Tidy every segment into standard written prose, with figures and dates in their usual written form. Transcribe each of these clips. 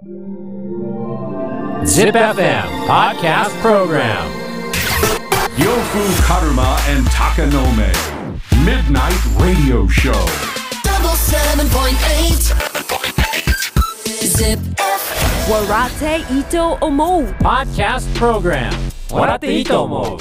Zip FM Podcast Program Yofu Karuma and Takanome Midnight Radio Show. Double 7.8 Zip FM Warate Ito Omo Podcast Program 笑っていいと思う。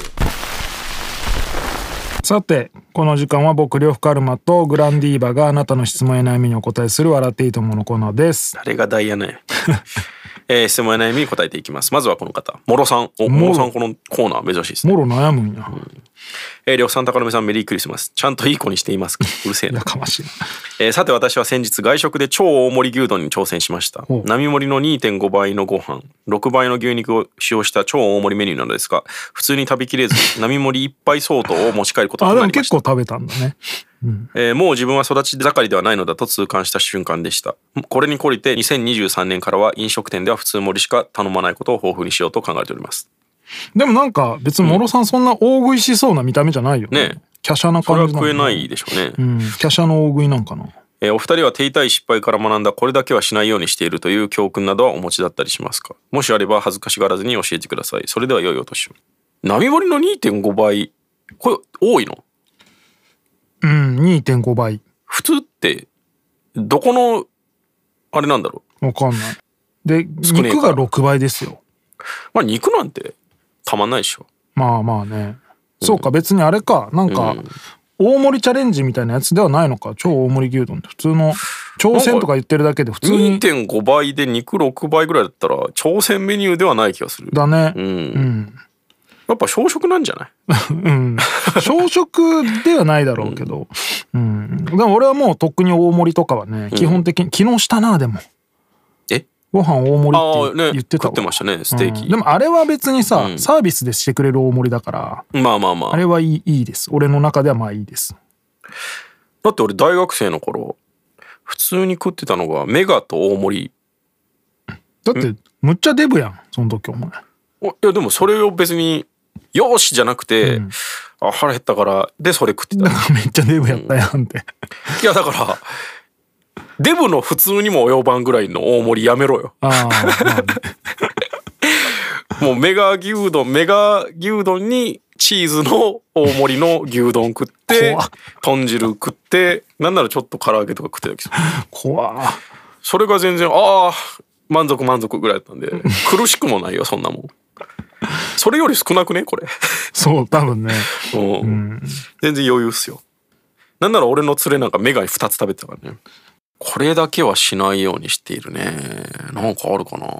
さてこの時間は僕呂布カルマとグランディーバがあなたの質問や悩みにお答えする笑っていいと思うのコーナーです。 誰がダイヤね質問や悩みに答えていきます。まずはこの方、モロさん。モロさんこのコーナー珍しいですね。 モロ悩むんや。 呂布さん、高野目さん、メリークリスマス。ちゃんといい子にしていますか？うるせえな。 やかましい。さて私は先日外食で超大盛り牛丼に挑戦しました。並盛りの 2.5 倍のご飯、6倍の牛肉を使用した超大盛りメニューなのですが、普通に食べきれず並盛り1杯相当を持ち帰ることとなりました。 でも結構食べたんだね。 もう自分は育ち盛りではないのだと痛感した瞬間でした。これに懲りて2023年からは飲食店では普通盛りしか頼まないことを豊富にしようと考えております。 でもなんか別にモロさんそんな大食いしそうな見た目じゃないよね。華奢な感じなの。 それは食えないでしょうね。 華奢の大食いなんかな。 お二人は手痛い失敗から学んだこれだけはしないようにしているという教訓などはお持ちだったりしますか？もしあれば恥ずかしがらずに教えてください。それでは良いお年を。並盛りの 2.5 倍これ多いの ？2.5 倍。 普通ってどこのあれなんだろう。わかんない。で肉が6倍ですよ。 まあ肉なんてたまんないでしょ。 まあまあね。そうか別にあれかなんか大盛りチャレンジみたいなやつではないのか。超大盛り牛丼って普通の挑戦とか言ってるだけで普通に 2.5 倍で肉6倍ぐらいだったら挑戦メニューではない気がする。 だね。 やっぱ小食なんじゃない？ 小食ではないだろうけど、でも俺はもうとっくに大盛りとかはね、基本的に昨日したな。でもご飯大盛りって言ってたわ。 食ってましたねステーキ。 でもあれは別にさ、サービスでしてくれる大盛りだから、 まああれはいいです。俺の中ではまあいいです。 だって俺大学生の頃普通に食ってたのがメガと大盛り。 だってむっちゃデブやんその時お前。 いやでもそれを別によしじゃなくて、腹減ったからでそれ食ってた。 めっちゃデブやったやんって。 いやだからデブの普通にも及ばんぐらいの大盛りやめろよ。もうメガ牛丼にチーズの大盛りの牛丼食って豚汁食ってなんならちょっと唐揚げとか食ってたけどそれが全然満足ぐらいだったんで苦しくもないよそんなもん。それより少なくねこれ。 そう多分ね。 全然余裕っすよ。なんなら俺の連れなんかメガに2つ食べてたからね。これだけはしないようにしているね。なんかあるかな。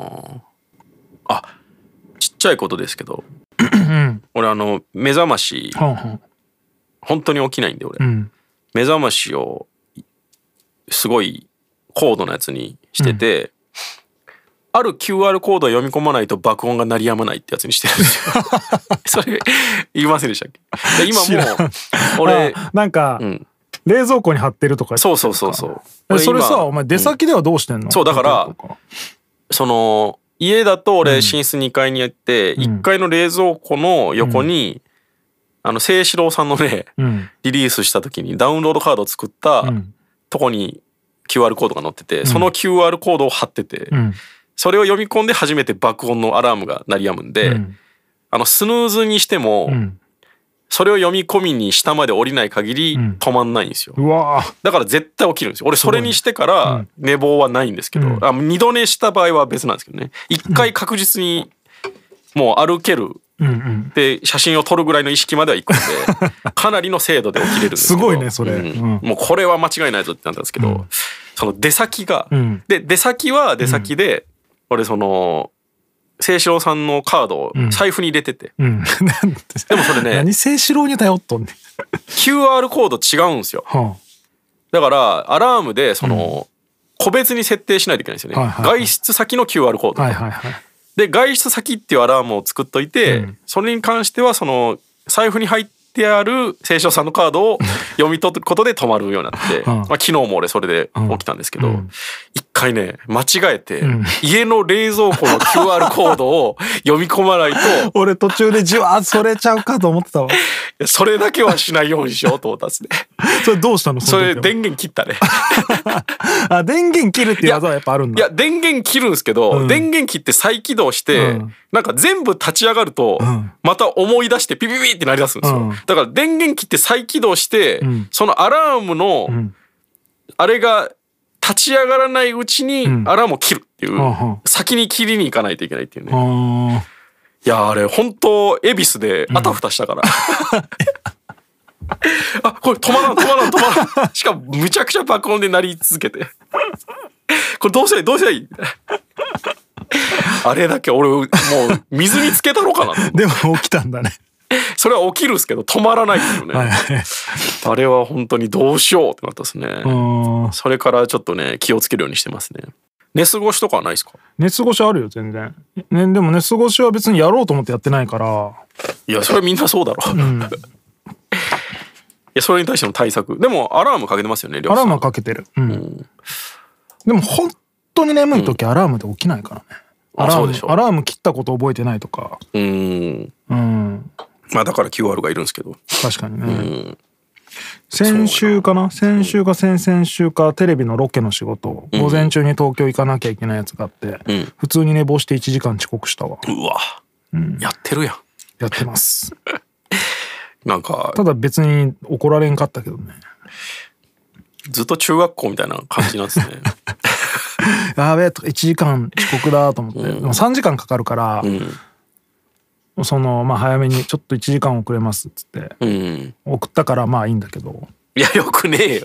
ちっちゃいことですけど俺目覚まし本当に起きないんで俺、目覚ましをすごい高度なやつにしてて、ある QR コードを読み込まないと爆音が鳴りやまないってやつにしてるんですよ。それ言いませんでしたっけ？今もう俺なんか、冷蔵庫に貼ってるとか。 そうそれさお前出先ではどうしてんの？ そうだからその家だと俺寝室2階にあって1階の冷蔵庫の横に清志郎さんのねリリースした時にダウンロードカードを作ったとこに QR コードが載ってて、その QR コードを貼ってて、それを読み込んで初めて爆音のアラームが鳴りやむんで、スヌーズにしても、それを読み込みに下まで降りない限り止まんないんですよ。だから絶対起きるんですよ。俺それにしてから寝坊はないんですけど、2度寝した場合は別なんですけどね。1回確実にもう歩ける、で写真を撮るぐらいの意識まではいくんでかなりの精度で起きれるんですけど。 すごいねそれ、 もうこれは間違いないぞってなったんですけど、その出先が、で出先は出先で、俺その清志郎さんのカードを財布に入れてて、でもそれね何清志郎に頼っとんねん。 QR コード違うんですよ。だからアラームでその、個別に設定しないといけないんですよね。外出先の QR コード、で外出先っていうアラームを作っといて、それに関してはその財布に入ってある清少さんのカードを読み取ることで止まるようになって、まあ、昨日も俺それで起きたんですけど、一回ね間違えて、家の冷蔵庫の QR コードを読み込まないと俺途中でじわーそれちゃうかと思ってたわ。 それだけはしないようにしようと思ったんですね。 それどうしたの？ それ電源切ったね。 あ、電源切るっていう技はやっぱあるんだ。 いや電源切るんですけど、電源切って再起動して、なんか全部立ち上がると、また思い出してピピピってなり出すんですよ。だから電源切って再起動して、そのアラームの、あれが立ち上がらないうちにアラームを切るっていう、先に切りに行かないといけないっていうね。いやあれ本当恵比寿であたふたしたから、あこれ止まらんしかもむちゃくちゃ爆音で鳴り続けてこれどうしたらいいあれだけ俺もう水につけたろかなでも起きたんだね。 それは起きるんですけど止まらないっていうね、あれは本当にどうしようってなったですね。それからちょっとね気をつけるようにしてますね。寝過ごしとかはないですか？寝過ごしあるよ全然、ね、でも寝過ごしは別にやろうと思ってやってないから。 いやそれみんなそうだろう、いやそれに対しての対策でもアラームかけてますよね。 アラームはかけてる、でも本当に眠い時アラームで起きないからね、アラーム切ったこと覚えてないとか。 まあだから QR がいるんですけど。 確かにね。先週か先々週かテレビのロケの仕事、午前中に東京行かなきゃいけないやつがあって、普通に寝坊して1時間遅刻したわ。 うわ、やってるやん。 やってますなんかただ別に怒られんかったけどね。 ずっと中学校みたいな感じなんですね。 やべえとか1時間遅刻だと思って、でも3時間かかるから、そのまあ早めにちょっと1時間遅れますっつって、送ったからまあいいんだけど。 いやよくねえよ。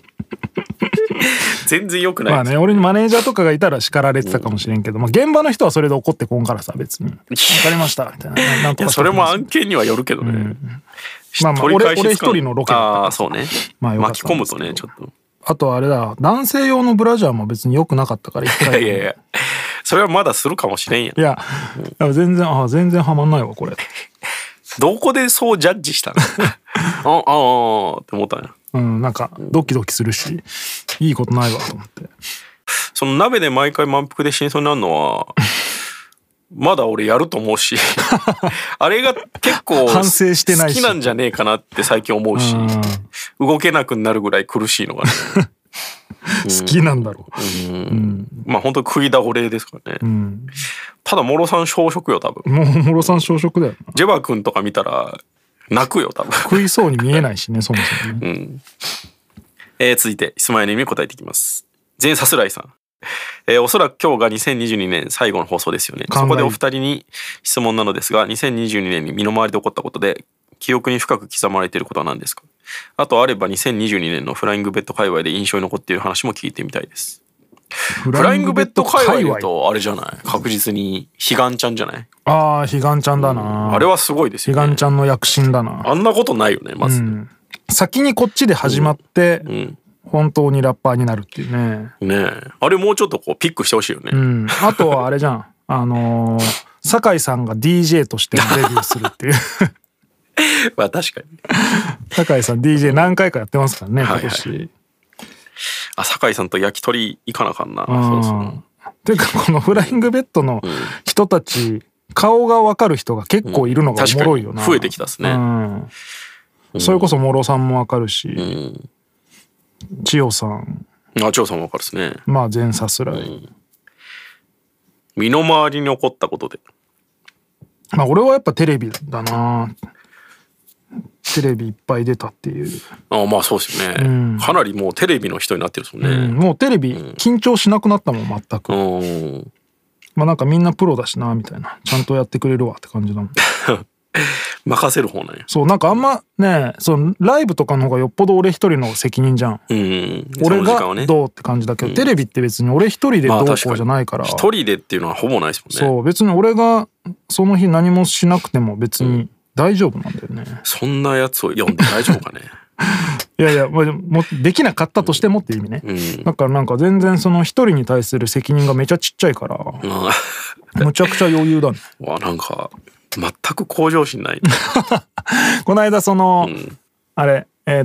全然よくない。 まあね、俺にマネージャーとかがいたら叱られてたかもしれんけど、まあ現場の人はそれで怒ってこんからさ別に。わかりましたみたいな。なんとかそれも案件にはよるけどね。 まあまあ俺一人のロケだったから。 ああそうね。まあ巻き込むとねちょっと。 あとあれだ、男性用のブラジャーも別に良くなかったから一回。 いやそれはまだするかもしれんや。 いや全然はまんないわこれ。 どこでそうジャッジしたの？って思ったんや。 なんかドキドキするしいいことないわと思って。 その鍋で毎回満腹で死にそうになるのはまだ俺やると思うしあれが結構反省してないし好きなんじゃねえかなって最近思うし、動けなくなるぐらい苦しいのがね好きなんだろう。まあ本当に食い倒れですからね。ただモロさん小食よ多分。 モロさん小食だよな。 ジェバ君とか見たら泣くよ多分。 食いそうに見えないしねそもそもね。 続いてスマイルに答えていきます。全さすらいさん。おそらく今日が2022年最後の放送ですよね。そこでお二人に質問なのですが、2022年に身の回りで起こったことで記憶に深く刻まれていることは何ですか？あとあれば2022年のフライングベッド界隈で印象に残っている話も聞いてみたいです。フライングベッド界隈で言うとあれじゃない？確実にヒガンちゃんじゃない？ ああヒガンちゃんだな。 あれはすごいですよね。 ヒガンちゃんの躍進だな。 あんなことないよねまず。 先にこっちで始まって、本当にラッパーになるっていうね。 ねえ、あれもうちょっとこうピックしてほしいよね。 あとはあれじゃん。酒井さんが DJ としてデビューするっていう。 まあ確かに。 酒井さん DJ 何回かやってますからね今年。 あ、酒井さんと焼き鳥行かなあかんな。 ていうかこのフライングベッドの人たち、顔が分かる人が結構いるのがおもろいよな。 増えてきたっすね。 それこそモロさんも分かるし、千代さん。 千代さんも分かるっすね。 まあ全さすらい。 身の回りに起こったことで。 まあ俺はやっぱテレビだな。テレビいっぱい出たっていう。 まあそうですよね、かなりもうテレビの人になってるんですもんね、 もうテレビ緊張しなくなったもん全く。まあなんかみんなプロだしなみたいな、ちゃんとやってくれるわって感じだもん。 任せる方なんや。 そうなんかあんまね、そのライブとかの方がよっぽど俺一人の責任じゃん。俺がどうって感じだけど、テレビって別に俺一人でどうこうじゃないから。 一人でっていうのはほぼないですもんね。 そう別に俺がその日何もしなくても別に大丈夫なんだよね。 そんなやつを読んで大丈夫かね。 いやいや、もうできなかったとしてもっていう意味ね、だからなんか全然その一人に対する責任がめちゃちっちゃいから、むちゃくちゃ余裕だね。 わ、なんか全く向上心ない。 この間その、あれ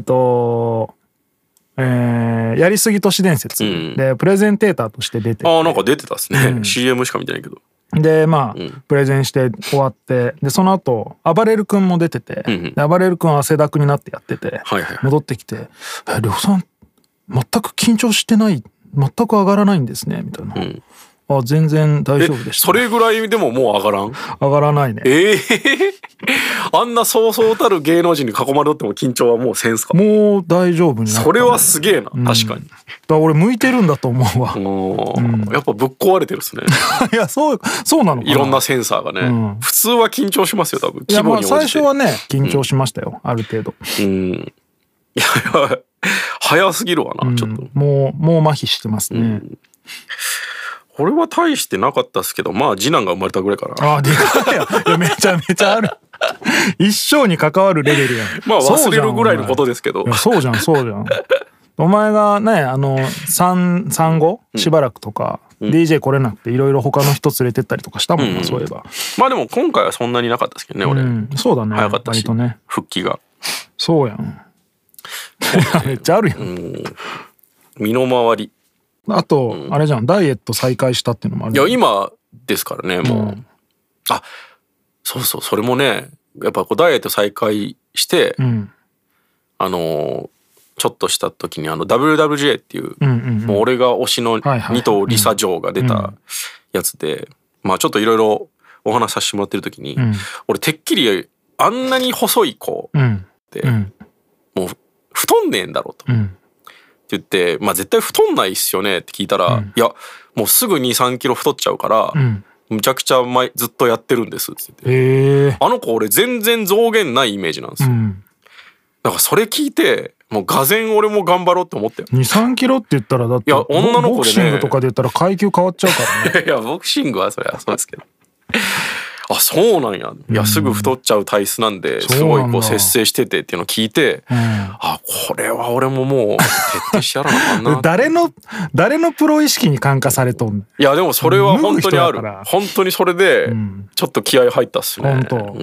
やりすぎ都市伝説でプレゼンテーターとして出てて、 なんか出てたっすね、CM しか見てないけど。 でまあ、プレゼンして終わって、でその後あばれる君も出てて、であばれる君は汗だくになってやってて、戻ってきて「呂布さん全く緊張してない、全く上がらないんですね」みたいな。全然大丈夫でした、 それぐらいでももう上がらん？ 上がらないね。 あんなそうそうたる芸能人に囲まれても緊張はもうせんすか？ もう大丈夫になった、ね、 それはすげえな、確かに。 だから俺向いてるんだと思うわ。 やっぱぶっ壊れてるっすね。 いやそうなのかな。 いろんなセンサーがね、普通は緊張しますよ多分。 いやまあ最初はね緊張しましたよ、ある程度。 いや早すぎるわな、ちょっと。もう麻痺してますね。 これは大してなかったっすけど、まあ次男が生まれたぐらいかな。 でかいよ。いやめちゃめちゃある。一生に関わるレベルやん。 まあ忘れるぐらいのことですけど。 そうじゃん。お前がね産後しばらくとか、DJ 来れなくていろいろ他の人連れてったりとかしたもんな、そういえば。 まあでも今回はそんなになかったですけどね、俺。 そうだね。 早かったし、 ね、 復帰が。 そうやん。めっちゃあるやん。 身の回り。 あと、あれじゃん、ダイエット再開したっていうのもある。 いや今ですからね、もう。そうそれもね、やっぱこうダイエット再開して、ちょっとした時にWWJ っていう、もう俺が推しの二頭リサ・ジョーが出たやつで、まあちょっといろいろお話しさせてもらってる時に、俺てっきりあんなに細い子って、もう太んねえんだろうと。って言って、まあ絶対太んないっすよねって聞いたら、いやもうすぐ2、3キロ太っちゃうから、むちゃくちゃずっとやってるんですって言って、あの子俺全然増減ないイメージなんですよ。だからそれ聞いてもうがぜん俺も頑張ろうって思ったよ。 2、3キロって言ったらだって、いや女の子でね、ボクシングとかで言ったら階級変わっちゃうからね。 いやボクシングはそりゃそうですけど。そうなんや。いやすぐ太っちゃう体質なんで、すごいこう節制しててっていうのを聞いて、これは俺ももう徹底してやらなあかんな。 誰のプロ意識に感化されとんの？ いやでもそれは本当にある。本当にそれでちょっと気合入ったっすね。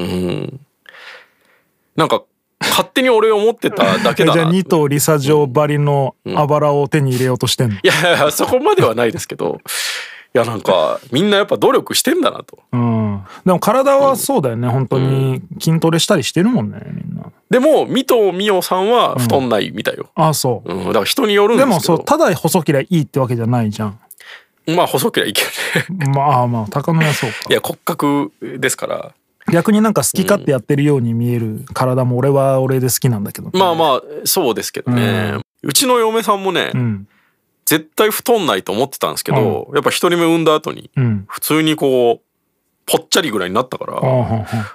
なんか勝手に俺思ってただけだな。 じゃあ2頭リサ・ジョーばりのあばらを手に入れようとしてんの？ いやそこまではないですけど。いやなんかみんなやっぱ努力してんだなと。 でも体はそうだよね、本当に筋トレしたりしてるもんね、みんな。 でも水戸美桜さんは太んないみたいよ。 そう。 だから人によるんですけど。 でもそう、ただ細けりゃいいってわけじゃないじゃん。 まあ細けりゃいいけどね。 まあ高野はそうか。 いや骨格ですから。 逆になんか好き勝手やってるように見える体も俺は俺で好きなんだけど、ね。 まあそうですけどね。うちの嫁さんもね。絶対太んないと思ってたんですけど、やっぱ一人目産んだ後に普通にこうぽっちゃりぐらいになったから、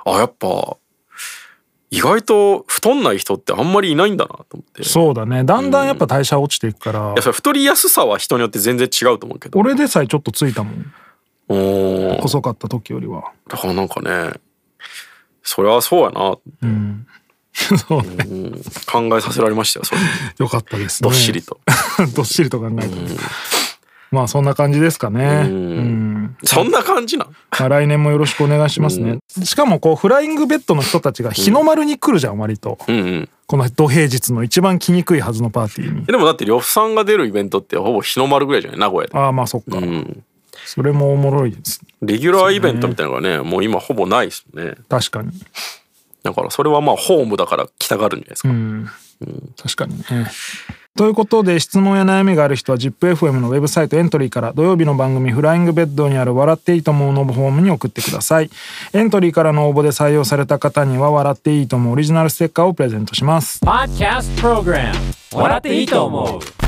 やっぱ意外と太んない人ってあんまりいないんだなと思って。 そうだね、だんだんやっぱ代謝落ちていくから、 いやそれ太りやすさは人によって全然違うと思うけど、 俺でさえちょっとついたもん、細かった時よりは。 だからなんかね、それはそうやなって、 そうね、 考えさせられましたよ。それよかったですね。 どっしりとどっしりと考えて、まあそんな感じですかね。 そんな感じな。 来年もよろしくお願いしますね。しかもこうフライングベッドの人たちが日の丸に来るじゃん、割と。この土平日の一番来にくいはずのパーティーに。 でもだって呂布さんが出るイベントってほぼ日の丸ぐらいじゃない、名古屋で。 まあそっか。それもおもろいです。 レギュラーイベントみたいなのがね、もう今ほぼないですね。 確かに。 だからそれはまあホームだから来たがるんじゃないですか。 確かにね。ということで、質問や悩みがある人は ZIPFM のウェブサイトエントリーから土曜日の番組フライングベッドにある笑っていいと思うのフォームに送ってください。エントリーからの応募で採用された方には笑っていいと思うオリジナルステッカーをプレゼントします。 Podcast Program 笑っていいと思う。